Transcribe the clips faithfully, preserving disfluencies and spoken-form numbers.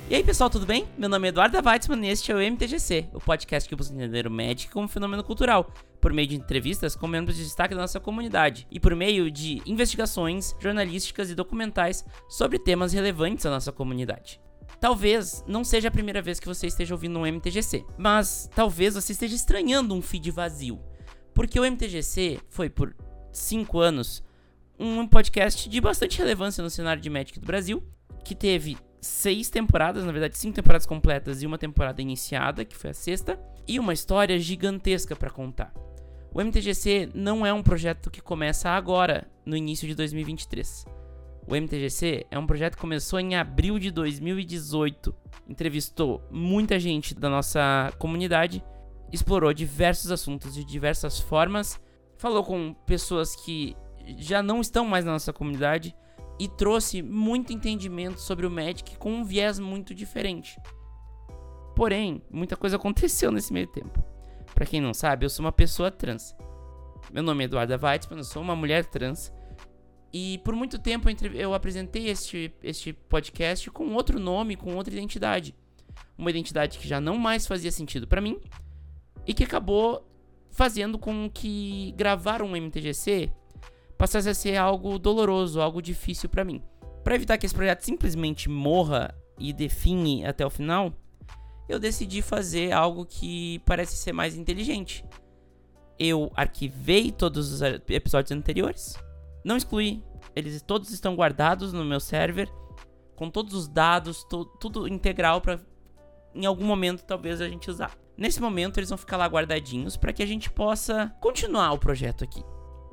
E aí pessoal, tudo bem? Meu nome é Eduardo Weitzman e este é o M T G C, o podcast que busca entender o Magic como um fenômeno cultural, por meio de entrevistas com membros de destaque da nossa comunidade e por meio de investigações jornalísticas e documentais sobre temas relevantes à nossa comunidade. Talvez não seja a primeira vez que você esteja ouvindo um M T G C, mas talvez você esteja estranhando um feed vazio, porque o M T G C foi por cinco anos um podcast de bastante relevância no cenário de Magic do Brasil, que teve seis temporadas, na verdade cinco temporadas completas e uma temporada iniciada, que foi a sexta, e uma história gigantesca para contar. O M T G C não é um projeto que começa agora, no início de dois mil e vinte e três. O M T G C é um projeto que começou em abril de dois mil e dezoito, entrevistou muita gente da nossa comunidade, explorou diversos assuntos de diversas formas, falou com pessoas que já não estão mais na nossa comunidade, e trouxe muito entendimento sobre o Magic com um viés muito diferente. Porém, muita coisa aconteceu nesse meio tempo. Pra quem não sabe, eu sou uma pessoa trans. Meu nome é Eduardo Weitzman, eu sou uma mulher trans. E por muito tempo eu apresentei este, este podcast com outro nome, com outra identidade. Uma identidade que já não mais fazia sentido pra mim e que acabou fazendo com que gravar um M T G C passasse a ser algo doloroso, algo difícil pra mim. Para evitar que esse projeto simplesmente morra e define até o final, eu decidi fazer algo que parece ser mais inteligente. Eu arquivei todos os episódios anteriores, não excluí, eles todos estão guardados no meu server, com todos os dados, to- tudo integral para em algum momento talvez a gente usar. Nesse momento eles vão ficar lá guardadinhos para que a gente possa continuar o projeto aqui.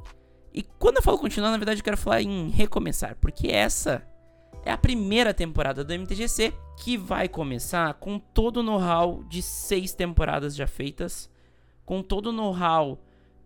E quando eu falo continuar, na verdade eu quero falar em recomeçar, porque essa é a primeira temporada do M T G C, que vai começar com todo o know-how de seis temporadas já feitas, com todo o know-how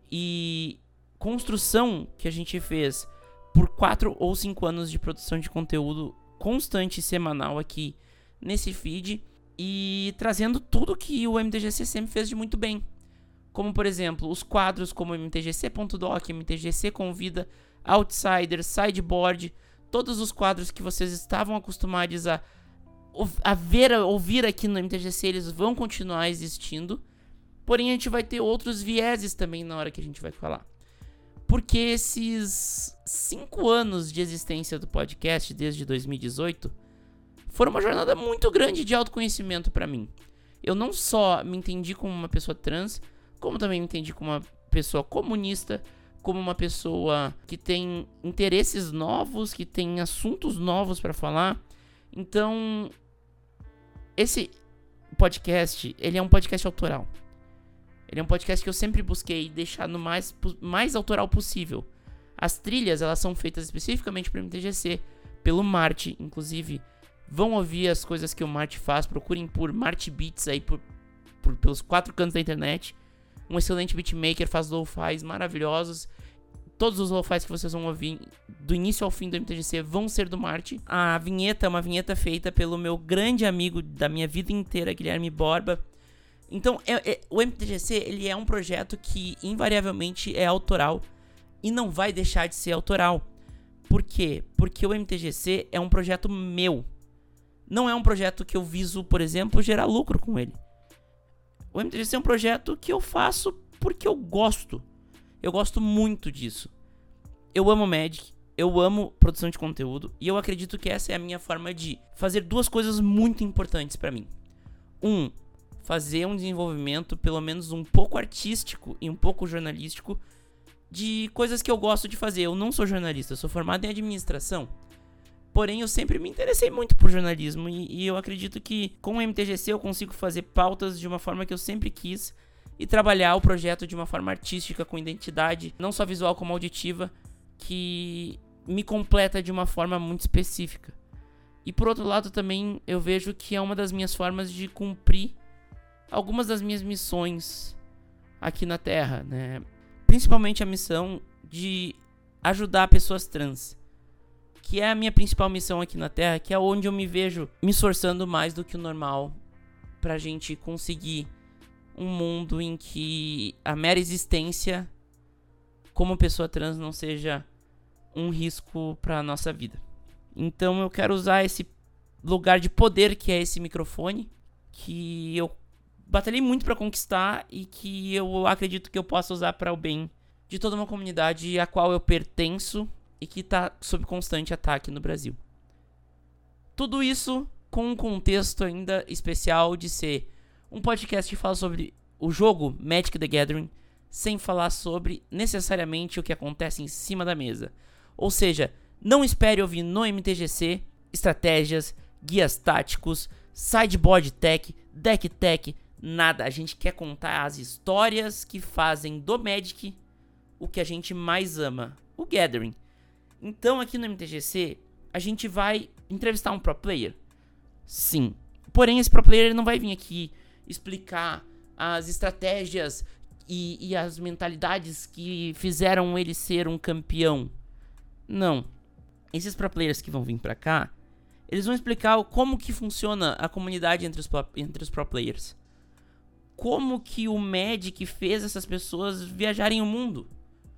e construção que a gente fez por quatro ou cinco anos de produção de conteúdo constante e semanal aqui nesse feed, e trazendo tudo que o M T G C sempre fez de muito bem. Como, por exemplo, os quadros como M T G C ponto doc, M T G C Convida, Outsider, Sideboard, todos os quadros que vocês estavam acostumados a, a ver, a ouvir aqui no M T G C, eles vão continuar existindo. Porém, a gente vai ter outros vieses também na hora que a gente vai falar. Porque esses cinco anos de existência do podcast, desde dois mil e dezoito, foram uma jornada muito grande de autoconhecimento para mim. Eu não só me entendi como uma pessoa trans, como também me entendi como uma pessoa comunista, como uma pessoa que tem interesses novos, que tem assuntos novos para falar. Então, esse podcast, ele é um podcast autoral. Ele é um podcast que eu sempre busquei deixar no mais, mais autoral possível. As trilhas, elas são feitas especificamente para o M T G C, pelo Marte, inclusive. Vão ouvir as coisas que o Marte faz, procurem por Marte Beats aí por, por, pelos quatro cantos da internet. Um excelente beatmaker, faz lo-fis maravilhosos. Todos os lo-fis que vocês vão ouvir do início ao fim do M T G C vão ser do Marte. A vinheta é uma vinheta feita pelo meu grande amigo da minha vida inteira, Guilherme Borba. Então, é, é, o M T G C ele é um projeto que invariavelmente é autoral e não vai deixar de ser autoral. Por quê? Porque o M T G C é um projeto meu. Não é um projeto que eu viso, por exemplo, gerar lucro com ele. O M T G C é um projeto que eu faço porque eu gosto. Eu gosto muito disso. Eu amo Magic, eu amo produção de conteúdo e eu acredito que essa é a minha forma de fazer duas coisas muito importantes pra mim. Um, fazer um desenvolvimento pelo menos um pouco artístico e um pouco jornalístico de coisas que eu gosto de fazer. Eu não sou jornalista, eu sou formado em administração. Porém, eu sempre me interessei muito por jornalismo e, e eu acredito que com o M T G C eu consigo fazer pautas de uma forma que eu sempre quis e trabalhar o projeto de uma forma artística, com identidade, não só visual como auditiva, que me completa de uma forma muito específica. E por outro lado também eu vejo que é uma das minhas formas de cumprir algumas das minhas missões aqui na Terra, né? Principalmente a missão de ajudar pessoas trans, que é a minha principal missão aqui na Terra, que é onde eu me vejo me esforçando mais do que o normal pra gente conseguir um mundo em que a mera existência como pessoa trans não seja um risco pra nossa vida. Então eu quero usar esse lugar de poder que é esse microfone, que eu batalhei muito pra conquistar e que eu acredito que eu possa usar para o bem de toda uma comunidade a qual eu pertenço e que tá sob constante ataque no Brasil. Tudo isso com um contexto ainda especial de ser um podcast que fala sobre o jogo Magic the Gathering, sem falar sobre necessariamente o que acontece em cima da mesa. Ou seja, não espere ouvir no M T G C estratégias, guias táticos, sideboard tech, deck tech, nada. A gente quer contar as histórias que fazem do Magic o que a gente mais ama, o Gathering. Então aqui no M T G C a gente vai entrevistar um pro player? Sim. Porém esse pro player não vai vir aqui explicar as estratégias e, e as mentalidades que fizeram ele ser um campeão. Não. Esses pro players que vão vir pra cá, eles vão explicar como que funciona a comunidade entre os, entre os pro players. Como que o Magic fez essas pessoas viajarem o mundo.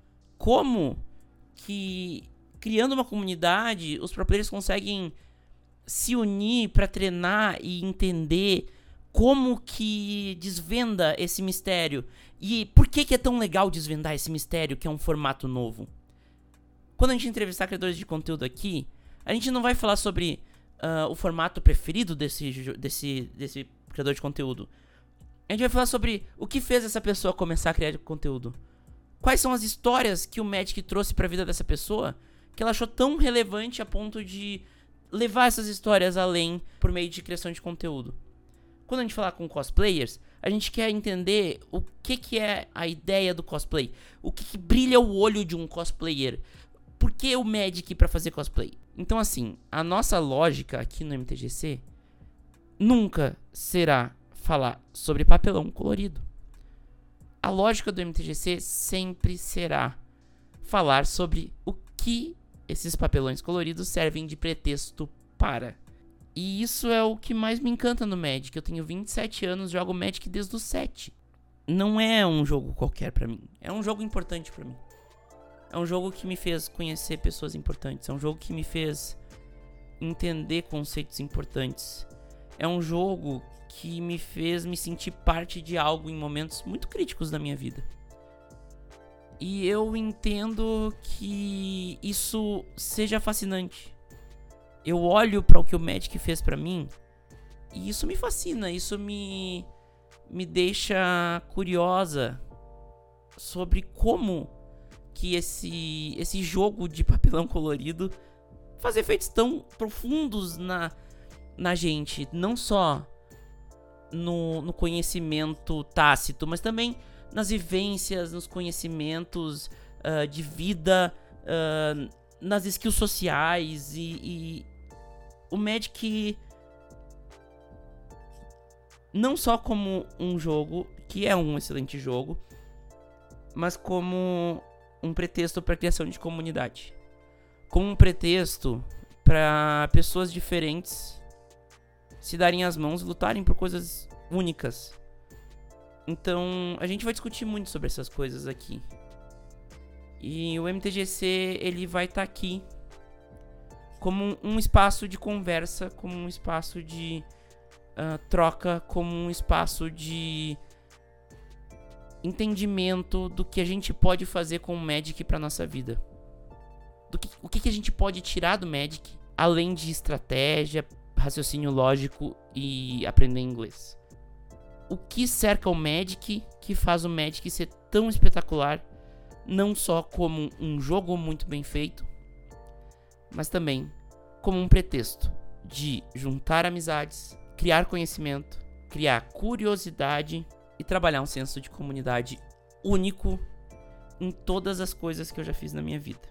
Como que, criando uma comunidade, os pro players conseguem se unir pra treinar e entender como que desvenda esse mistério. E por que que é tão legal desvendar esse mistério, que é um formato novo. Quando a gente entrevistar criadores de conteúdo aqui, a gente não vai falar sobre uh, o formato preferido desse, desse, desse criador de conteúdo. A gente vai falar sobre o que fez essa pessoa começar a criar conteúdo. Quais são as histórias que o Magic trouxe pra vida dessa pessoa que ela achou tão relevante a ponto de levar essas histórias além por meio de criação de conteúdo. Quando a gente falar com cosplayers, a gente quer entender o que, que é a ideia do cosplay. O que, que brilha o olho de um cosplayer. Por que o Magic pra fazer cosplay? Então assim, a nossa lógica aqui no M T G C nunca será falar sobre papelão colorido. A lógica do M T G C sempre será falar sobre o que esses papelões coloridos servem de pretexto para. E isso é o que mais me encanta no Magic. Eu tenho vinte e sete anos, jogo Magic desde os sete. Não é um jogo qualquer pra mim. É um jogo importante pra mim. É um jogo que me fez conhecer pessoas importantes. É um jogo que me fez entender conceitos importantes. É um jogo que me fez me sentir parte de algo em momentos muito críticos da minha vida. E eu entendo que isso seja fascinante. Eu olho para o que o Magic fez pra mim e isso me fascina, isso me, me deixa curiosa sobre como que esse, esse jogo de papelão colorido faz efeitos tão profundos na, na gente, não só no, no conhecimento tácito, mas também nas vivências, nos conhecimentos uh, de vida, uh, nas skills sociais e, e o Magic não só como um jogo, que é um excelente jogo, mas como um pretexto para criação de comunidade, como um pretexto para pessoas diferentes se darem as mãos e lutarem por coisas únicas. Então, a gente vai discutir muito sobre essas coisas aqui. E o M T G C, ele vai estar tá aqui como um espaço de conversa, como um espaço de uh, troca, como um espaço de entendimento do que a gente pode fazer com o Magic pra nossa vida. Do que, o que, que a gente pode tirar do Magic, além de estratégia, raciocínio lógico e aprender inglês. O que cerca o Magic, que faz o Magic ser tão espetacular, não só como um jogo muito bem feito, mas também como um pretexto de juntar amizades, criar conhecimento, criar curiosidade e trabalhar um senso de comunidade único em todas as coisas que eu já fiz na minha vida.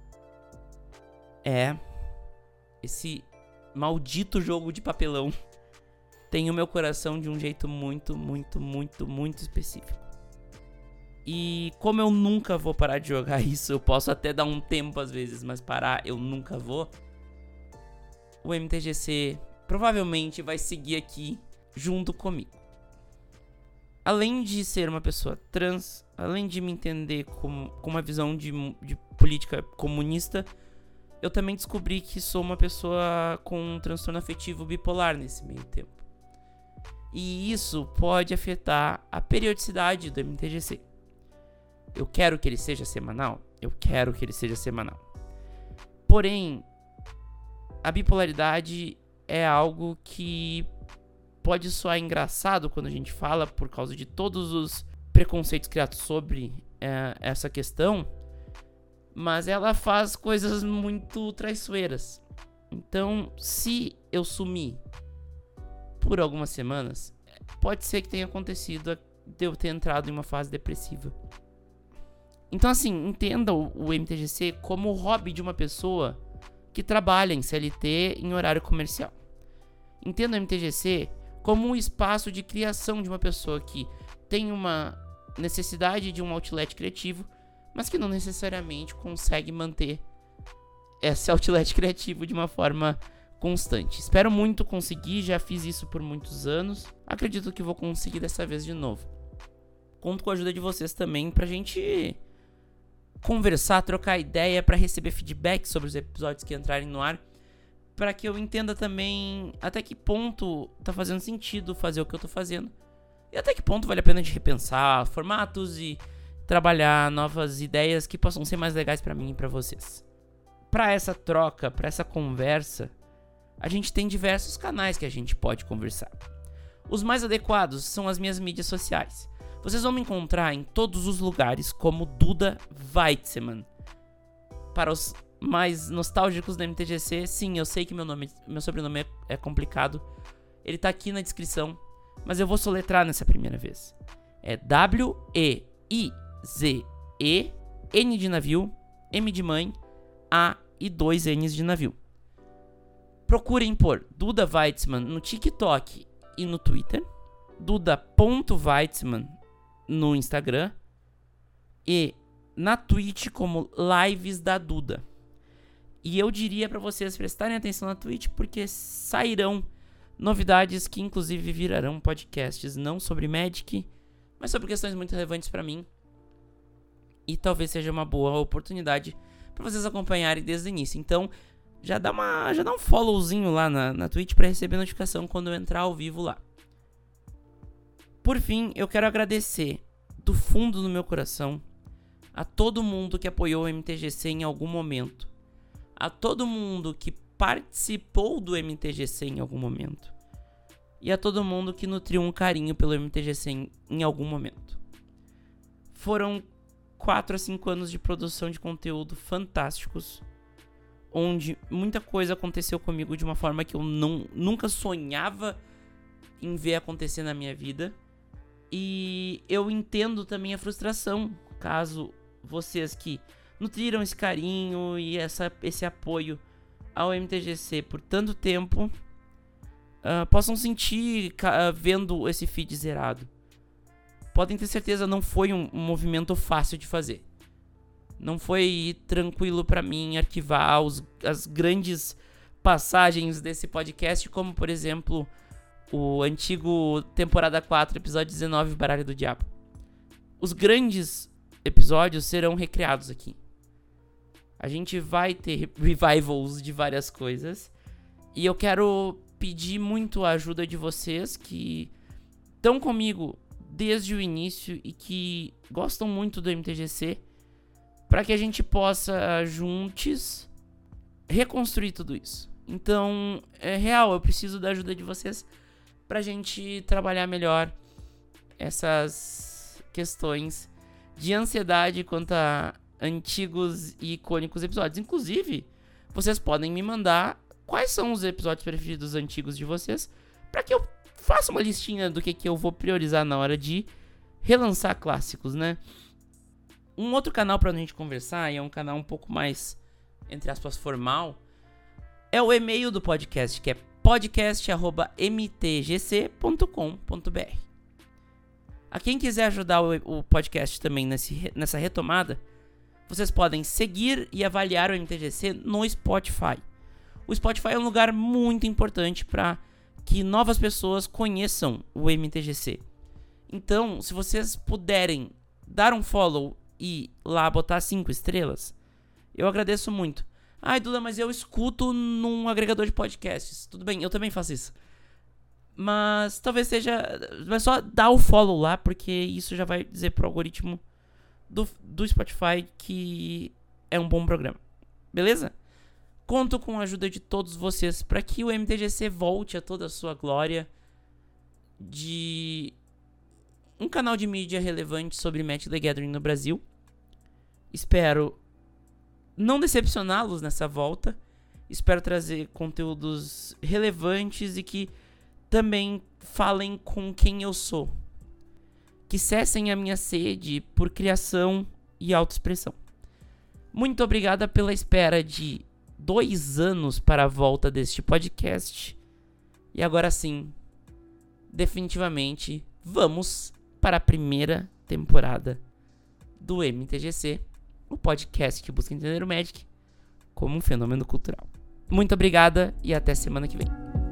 É, esse maldito jogo de papelão tem o meu coração de um jeito muito, muito, muito, muito específico. E como eu nunca vou parar de jogar isso, eu posso até dar um tempo às vezes, mas parar eu nunca vou. O M T G C provavelmente vai seguir aqui junto comigo. Além de ser uma pessoa trans, além de me entender como, com uma visão de, de política comunista, eu também descobri que sou uma pessoa com um transtorno afetivo bipolar nesse meio tempo. E isso pode afetar a periodicidade do M T G C. Eu quero que ele seja semanal? Eu quero que ele seja semanal. Porém, a bipolaridade é algo que pode soar engraçado quando a gente fala, por causa de todos os preconceitos criados sobre é, essa questão, mas ela faz coisas muito traiçoeiras. Então, se eu sumir por algumas semanas, pode ser que tenha acontecido de eu ter entrado em uma fase depressiva. Então, assim, entenda o M T G C como o hobby de uma pessoa que trabalha em C L T em horário comercial. Entenda o M T G C como um espaço de criação de uma pessoa que tem uma necessidade de um outlet criativo, mas que não necessariamente consegue manter esse outlet criativo de uma forma constante. Espero muito conseguir, já fiz isso por muitos anos, acredito que vou conseguir dessa vez de novo. Conto com a ajuda de vocês também pra gente conversar, trocar ideia, pra receber feedback sobre os episódios que entrarem no ar, para que eu entenda também até que ponto tá fazendo sentido fazer o que eu tô fazendo e até que ponto vale a pena de repensar formatos e trabalhar novas ideias que possam ser mais legais pra mim e pra vocês. Pra essa troca, pra essa conversa, a gente tem diversos canais que a gente pode conversar. Os mais adequados são as minhas mídias sociais. Vocês vão me encontrar em todos os lugares como Duda Weitzman. Para os mais nostálgicos do M T G C, sim, eu sei que meu, nome, meu sobrenome é, é complicado. Ele tá aqui na descrição, mas eu vou soletrar nessa primeira vez. É W E I Z E, N de navio, M de mãe, A e dois N's de navio. Procurem por Duda Weitzman no TikTok e no Twitter, duda ponto weitzman no Instagram e na Twitch como Lives da Duda. E eu diria pra vocês prestarem atenção na Twitch, porque sairão novidades que inclusive virarão podcasts não sobre Magic, mas sobre questões muito relevantes pra mim. E talvez seja uma boa oportunidade pra vocês acompanharem desde o início. Então, já dá, uma, já dá um followzinho lá na, na Twitch pra receber notificação quando eu entrar ao vivo lá. Por fim, eu quero agradecer do fundo do meu coração a todo mundo que apoiou o M T G C em algum momento. A todo mundo que participou do M T G C em algum momento. E a todo mundo que nutriu um carinho pelo M T G C em, em algum momento. Foram quatro a cinco anos de produção de conteúdo fantásticos, onde muita coisa aconteceu comigo de uma forma que eu não, nunca sonhava em ver acontecer na minha vida. E eu entendo também a frustração, caso vocês que nutriram esse carinho e essa, esse apoio ao M T G C por tanto tempo uh, possam sentir uh, vendo esse feed zerado. Podem ter certeza, não foi um, um movimento fácil de fazer. Não foi tranquilo pra mim arquivar os, as grandes passagens desse podcast, como por exemplo o antigo temporada quatro, episódio dezenove, Baralho do Diabo. Os grandes episódios serão recriados aqui. A gente vai ter revivals de várias coisas. E eu quero pedir muito a ajuda de vocês que estão comigo desde o início e que gostam muito do M T G C, para que a gente possa juntos reconstruir tudo isso. Então, é real, eu preciso da ajuda de vocês pra gente trabalhar melhor essas questões de ansiedade quanto a antigos e icônicos episódios. Inclusive, vocês podem me mandar quais são os episódios preferidos antigos de vocês, pra que eu faça uma listinha do que, que eu vou priorizar na hora de relançar clássicos, né? Um outro canal pra gente conversar, e é um canal um pouco mais, entre aspas, formal, é o e-mail do podcast, que é podcast arroba m t g c ponto com ponto b r. A quem quiser ajudar o, o podcast também nesse, nessa retomada, vocês podem seguir e avaliar o M T G C no Spotify. O Spotify é um lugar muito importante para que novas pessoas conheçam o M T G C. Então, se vocês puderem dar um follow e lá botar cinco estrelas, eu agradeço muito. Ai, Duda, mas eu escuto num agregador de podcasts. Tudo bem, eu também faço isso. Mas talvez seja... Vai só dar o follow lá, porque isso já vai dizer pro algoritmo do, do Spotify que é um bom programa. Beleza? Conto com a ajuda de todos vocês para que o M T G C volte a toda a sua glória de um canal de mídia relevante sobre Magic the Gathering no Brasil. Espero não decepcioná-los nessa volta. Espero trazer conteúdos relevantes e que também falem com quem eu sou. Que cessem a minha sede por criação e autoexpressão. Muito obrigada pela espera de dois anos para a volta deste podcast. E agora sim, definitivamente, vamos para a primeira temporada do M T G C, o podcast que busca entender o Magic como um fenômeno cultural. Muito obrigada e até semana que vem.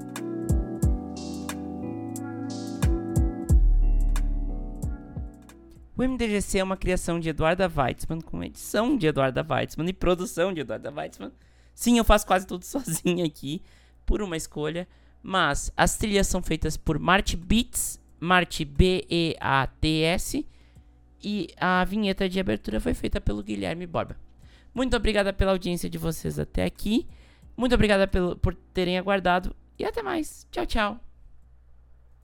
O M T G C é uma criação de Eduarda Weitzman, com edição de Eduarda Weitzman e produção de Eduarda Weitzman. Sim, eu faço quase tudo sozinho aqui, por uma escolha, mas as trilhas são feitas por Mart Beats, Mart B E A T S, e a vinheta de abertura foi feita pelo Guilherme Borba. Muito obrigada pela audiência de vocês até aqui, muito obrigada pelo, por terem aguardado, e até mais. Tchau, tchau.